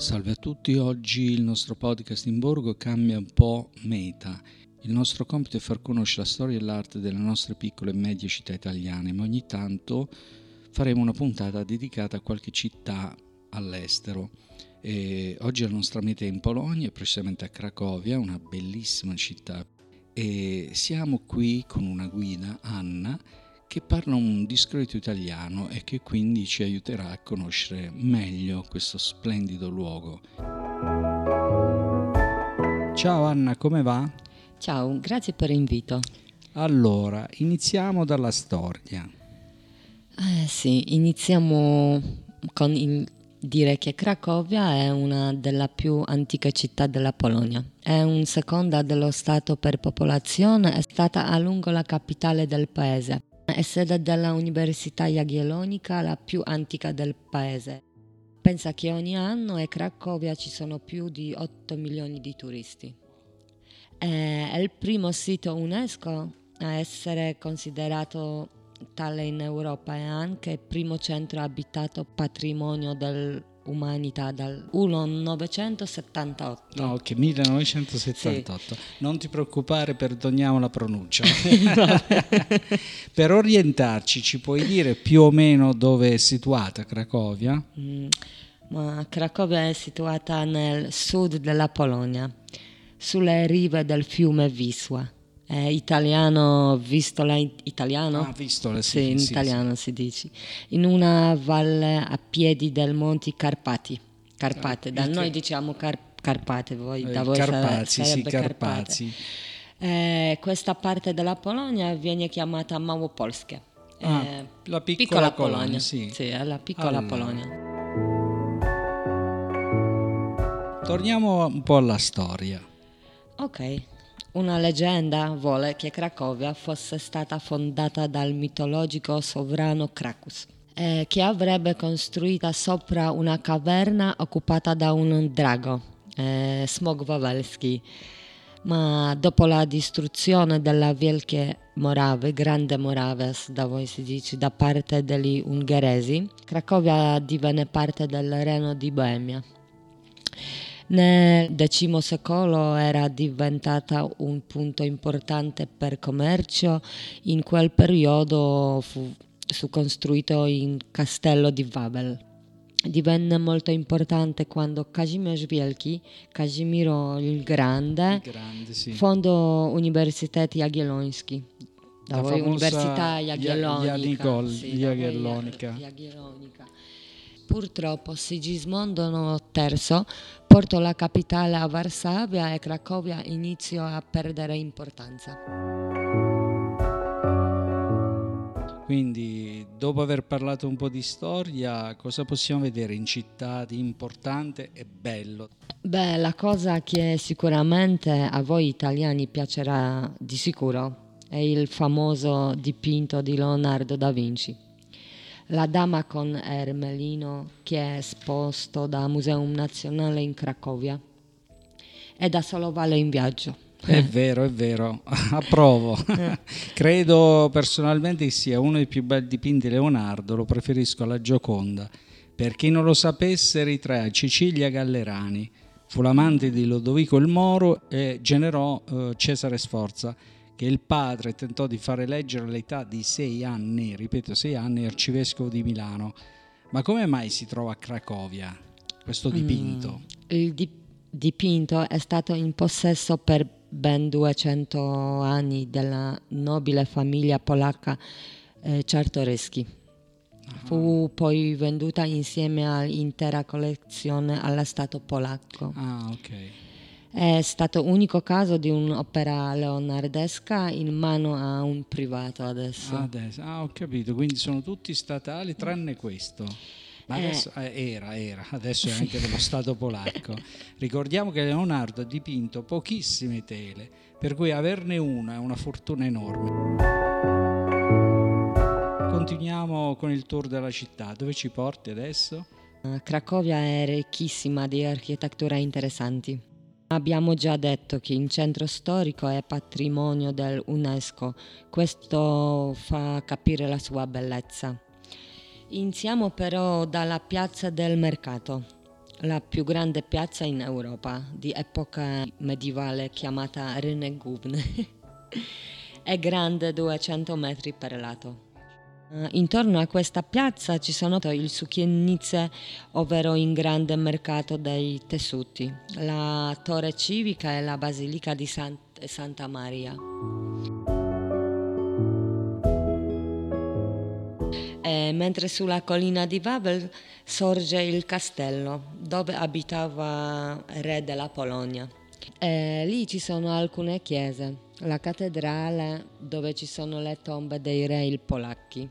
Salve a tutti, oggi il nostro podcast in borgo cambia un po' meta. Il nostro compito è far conoscere la storia e l'arte delle nostre piccole e medie città italiane, ma ogni tanto faremo una puntata dedicata a qualche città all'estero. Oggi la nostra meta è in Polonia, precisamente a Cracovia, una bellissima città. E siamo qui con una guida, Anna, che parla un discreto italiano e che quindi ci aiuterà a conoscere meglio questo splendido luogo. Ciao Anna, come va? Ciao, grazie per l'invito. Allora, iniziamo dalla storia. Sì, iniziamo con dire che Cracovia è una delle più antiche città della Polonia. È un seconda dello Stato per popolazione, è stata a lungo la capitale del paese. È sede della Università Jagiellonica, la più antica del paese. Pensa che ogni anno a Cracovia ci sono più di 8 milioni di turisti. È il primo sito UNESCO a essere considerato tale in Europa e anche il primo centro abitato patrimonio dell'umanità dal 1978. No, ok, 1978. Sì. Non ti preoccupare, perdoniamo la pronuncia. Per orientarci, ci puoi dire più o meno dove è situata Cracovia? Ma Cracovia è situata nel sud della Polonia, sulle rive del fiume Wisła. È italiano, vistola italiano? Ah, vistola, sì. In italiano si dice. In una valle a piedi del Monti Carpati. Carpate, da noi diciamo Carpate, voi da voi Carpazi, sarebbe sì, Carpazi. Questa parte della Polonia viene chiamata Małopolskie. La piccola Polonia, sì. Sì, è la piccola Polonia. Torniamo un po' alla storia. Ok. Una leggenda vuole che Cracovia fosse stata fondata dal mitologico sovrano Cracus, che avrebbe costruita sopra una caverna occupata da un drago, Smog Wawelski. Ma dopo la distruzione della Wielkie Morawy, Grande Moraves, da voi si dice, da parte degli ungheresi, Cracovia divenne parte del Regno di Boemia. Nel X secolo era diventata un punto importante per commercio. In quel periodo fu costruito il castello di Wawel. Divenne molto importante quando Kazimierz Wielki, Casimiro il Grande, sì, fondò Università Jagiellońska. Da voi Università Jagiellonica. Purtroppo Sigismondo III portò la capitale a Varsavia e Cracovia iniziò a perdere importanza. Quindi, dopo aver parlato un po' di storia, cosa possiamo vedere in città di importante e bello? Beh, la cosa che sicuramente a voi italiani piacerà di sicuro è il famoso dipinto di Leonardo da Vinci. La Dama con Ermelino, che è esposto da Museum Nazionale in Cracovia, e da solo vale in viaggio. È vero, approvo. Credo personalmente che sia uno dei più belli dipinti di Leonardo, lo preferisco alla Gioconda. Per chi non lo sapesse, ritrae Cecilia Gallerani, fu l'amante di Lodovico il Moro e generò Cesare Sforza, che il padre tentò di far eleggere all'età di 6 anni, ripeto 6 anni, arcivescovo di Milano. Ma come mai si trova a Cracovia questo dipinto? Il dipinto è stato in possesso per ben 200 anni della nobile famiglia polacca Czartoryski. Fu poi venduta insieme all'intera collezione allo Stato polacco. Ok. È stato unico caso di un'opera leonardesca in mano a un privato adesso. Ho capito, quindi sono tutti statali tranne questo. Ma adesso adesso è anche dello Stato polacco. Ricordiamo che Leonardo ha dipinto pochissime tele, per cui averne una è una fortuna enorme. Continuiamo con il tour della città. Dove ci porti adesso? Cracovia è ricchissima di architetture interessanti. Abbiamo già detto che il centro storico è patrimonio dell'UNESCO, questo fa capire la sua bellezza. Iniziamo però dalla piazza del mercato. la più grande piazza in Europa di epoca medievale chiamata Renegubne. È grande 200 metri per lato. Intorno a questa piazza ci sono il Suchienice, ovvero il grande mercato dei tessuti, la torre civica e la basilica di Santa Maria. Mentre sulla collina di Wawel sorge il castello dove abitava il re della Polonia. Lì ci sono alcune chiese, la cattedrale dove ci sono le tombe dei re polacchi,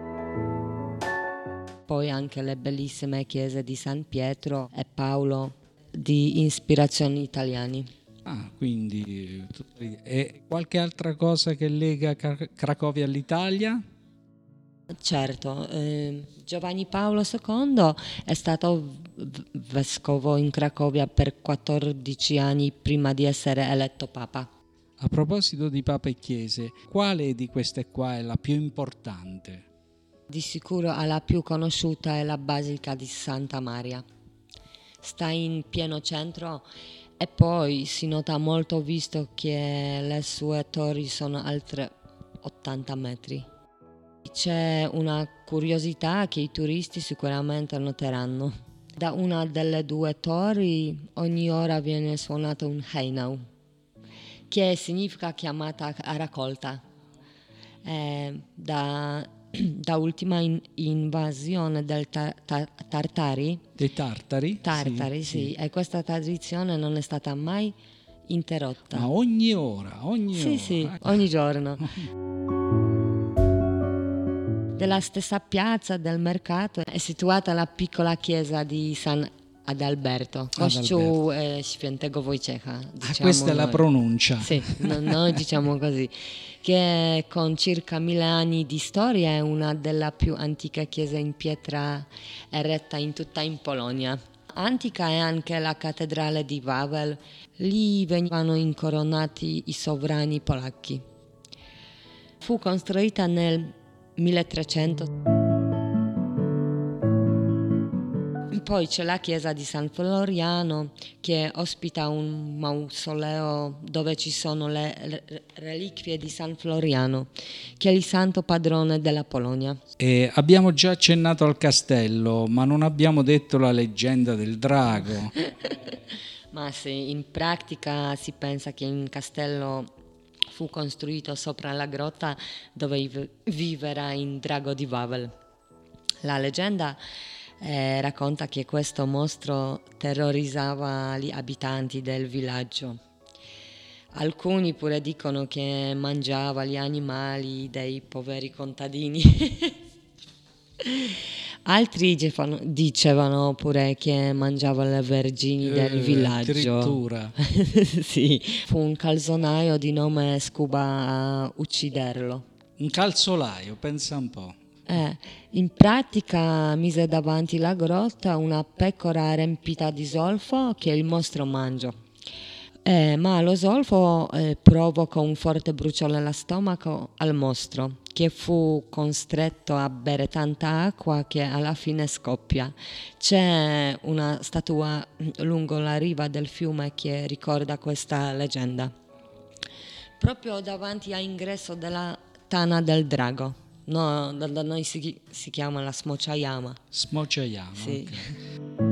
poi anche le bellissime chiese di San Pietro e Paolo di ispirazioni italiane. Quindi e qualche altra cosa che lega Cracovia all'Italia? Certo, Giovanni Paolo II è stato vescovo in Cracovia per 14 anni prima di essere eletto papa. A proposito di papa e chiese, quale di queste qua è la più importante? Di sicuro la più conosciuta è la Basilica di Santa Maria. Sta in pieno centro e poi si nota molto visto che le sue torri sono altre 80 metri. C'è una curiosità che i turisti sicuramente noteranno. Da una delle due torri ogni ora viene suonato un heinau, che significa chiamata a raccolta. Da ultima invasione del Tartari. Dei tartari? Tartari, sì. E questa tradizione non è stata mai interrotta. Ma ogni ora? Sì, ogni giorno. Della stessa piazza del mercato è situata la piccola chiesa di San Adalberto, Kościół Świętego Wojciecha. Questa è la pronuncia. Sì, noi diciamo così, che con circa 1000 anni di storia è una delle più antiche chiese in pietra eretta in tutta in Polonia. Antica è anche la cattedrale di Wawel, lì venivano incoronati i sovrani polacchi. Fu costruita nel 1300. Poi c'è la chiesa di San Floriano che ospita un mausoleo dove ci sono le reliquie di San Floriano, che è il santo padrone della Polonia. Abbiamo già accennato al castello, ma non abbiamo detto la leggenda del drago. Ma sì, in pratica si pensa che il castello fu costruito sopra la grotta dove viverà il drago di Wawel. La leggenda racconta che questo mostro terrorizzava gli abitanti del villaggio. Alcuni pure dicono che mangiava gli animali dei poveri contadini. Altri dicevano pure che mangiava le vergini del villaggio. Addirittura. Sì, fu un calzonaio di nome Scuba a ucciderlo. Un calzolaio, pensa un po'. In pratica mise davanti la grotta una pecora riempita di zolfo che il mostro mangiò. Ma lo zolfo provocò un forte bruciore allo stomaco al mostro, che fu costretto a bere tanta acqua che alla fine scoppia. C'è una statua lungo la riva del fiume che ricorda questa leggenda, proprio davanti all'ingresso della Tana del Drago. No, da noi si chiama la Smocajama. Smocajama, sì. Okay.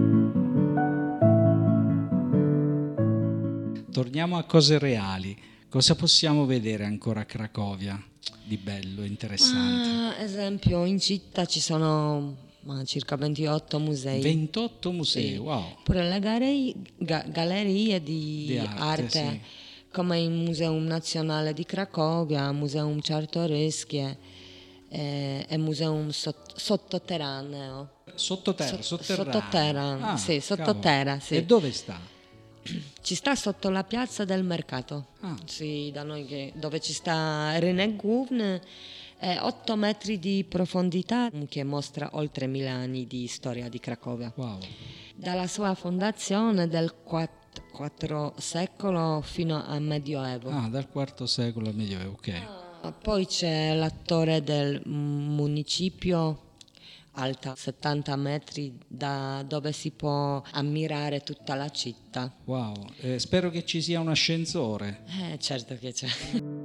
Torniamo a cose reali. Cosa possiamo vedere ancora a Cracovia di bello, interessante? Ad esempio, in città ci sono circa 28 musei. 28 musei, sì. Wow. Pure le gallerie di arte sì. Come il Museum Nazionale di Cracovia, Museum Czartoryski e Museum Sottoterraneo. Sottoterra? Sì, sottoterra. Sì. E dove sta? Ci sta sotto la piazza del mercato, sì, da noi dove ci sta Renegubne, 8 metri di profondità che mostra oltre 1000 anni di storia di Cracovia. Wow. Dalla sua fondazione del IV secolo fino al Medioevo. Dal IV secolo al Medioevo, ok. Poi c'è la torre del municipio alta 70 metri, da dove si può ammirare tutta la città. Wow, spero che ci sia un ascensore. Certo che c'è.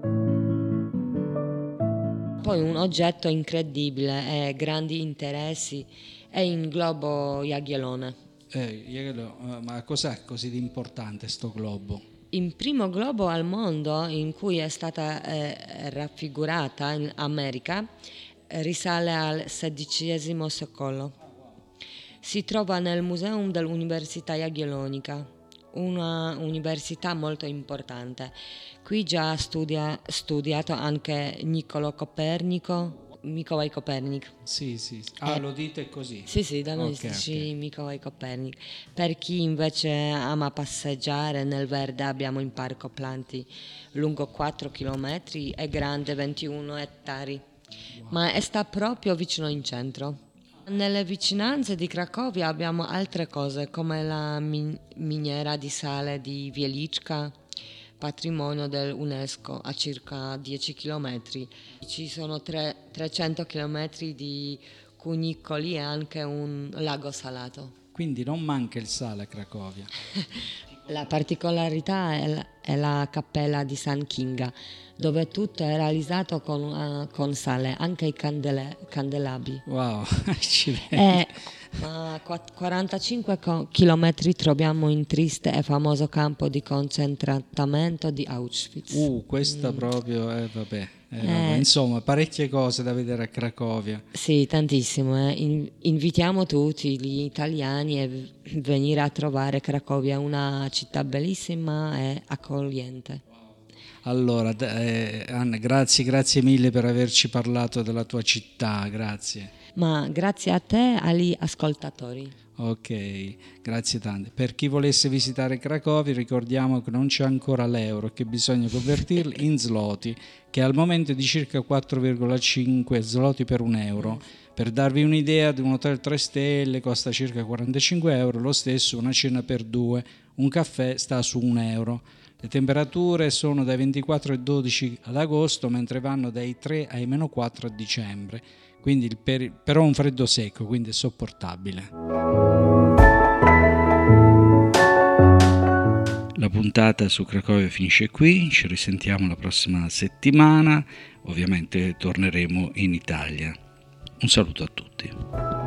Poi un oggetto incredibile e grandi interessi è il globo Jagellone. Ma cos'è così di importante sto globo? Il primo globo al mondo in cui è stata raffigurata in America risale al XVI secolo. Si trova nel Museum dell'Università Jagiellonica, una università molto importante. Qui già ha studiato anche Niccolò Copernico, Mikołaj Kopernik. Sì. Lo dite così? Sì, da noi si dice Mikołaj Kopernik. Per chi invece ama passeggiare nel verde, abbiamo in parco planti lungo 4 km e grande 21 ettari. Wow. Ma sta proprio vicino in centro. Nelle vicinanze di Cracovia abbiamo altre cose come la miniera di sale di Wieliczka, patrimonio dell'UNESCO a circa 10 km. Ci sono 300 km di cunicoli e anche un lago salato. Quindi non manca il sale a Cracovia. La particolarità è la cappella di San Kinga, dove tutto è realizzato con sale, anche i candelabri. Wow, accidenti. A 45 km troviamo il triste e famoso campo di concentramento di Auschwitz. Questa proprio, vabbè. Insomma, parecchie cose da vedere a Cracovia. Sì, tantissimo. Invitiamo tutti gli italiani a venire a trovare Cracovia, una città bellissima e accogliente. Allora, Anna, grazie mille per averci parlato della tua città, grazie. Ma grazie a te e agli ascoltatori. Ok, grazie tante. Per chi volesse visitare Cracovia, ricordiamo che non c'è ancora l'euro e che bisogna convertirli in zloty, che al momento è di circa 4,5 zloty per €1. Per darvi un'idea, di un hotel 3 stelle costa circa €45, lo stesso una cena per 2, un caffè sta su €1. Le temperature sono dai 24 ai 12 ad agosto, mentre vanno dai 3 ai -4 a dicembre. Quindi però un freddo secco, quindi è sopportabile. La puntata su Cracovia finisce qui, ci risentiamo la prossima settimana, ovviamente torneremo in Italia. Un saluto a tutti.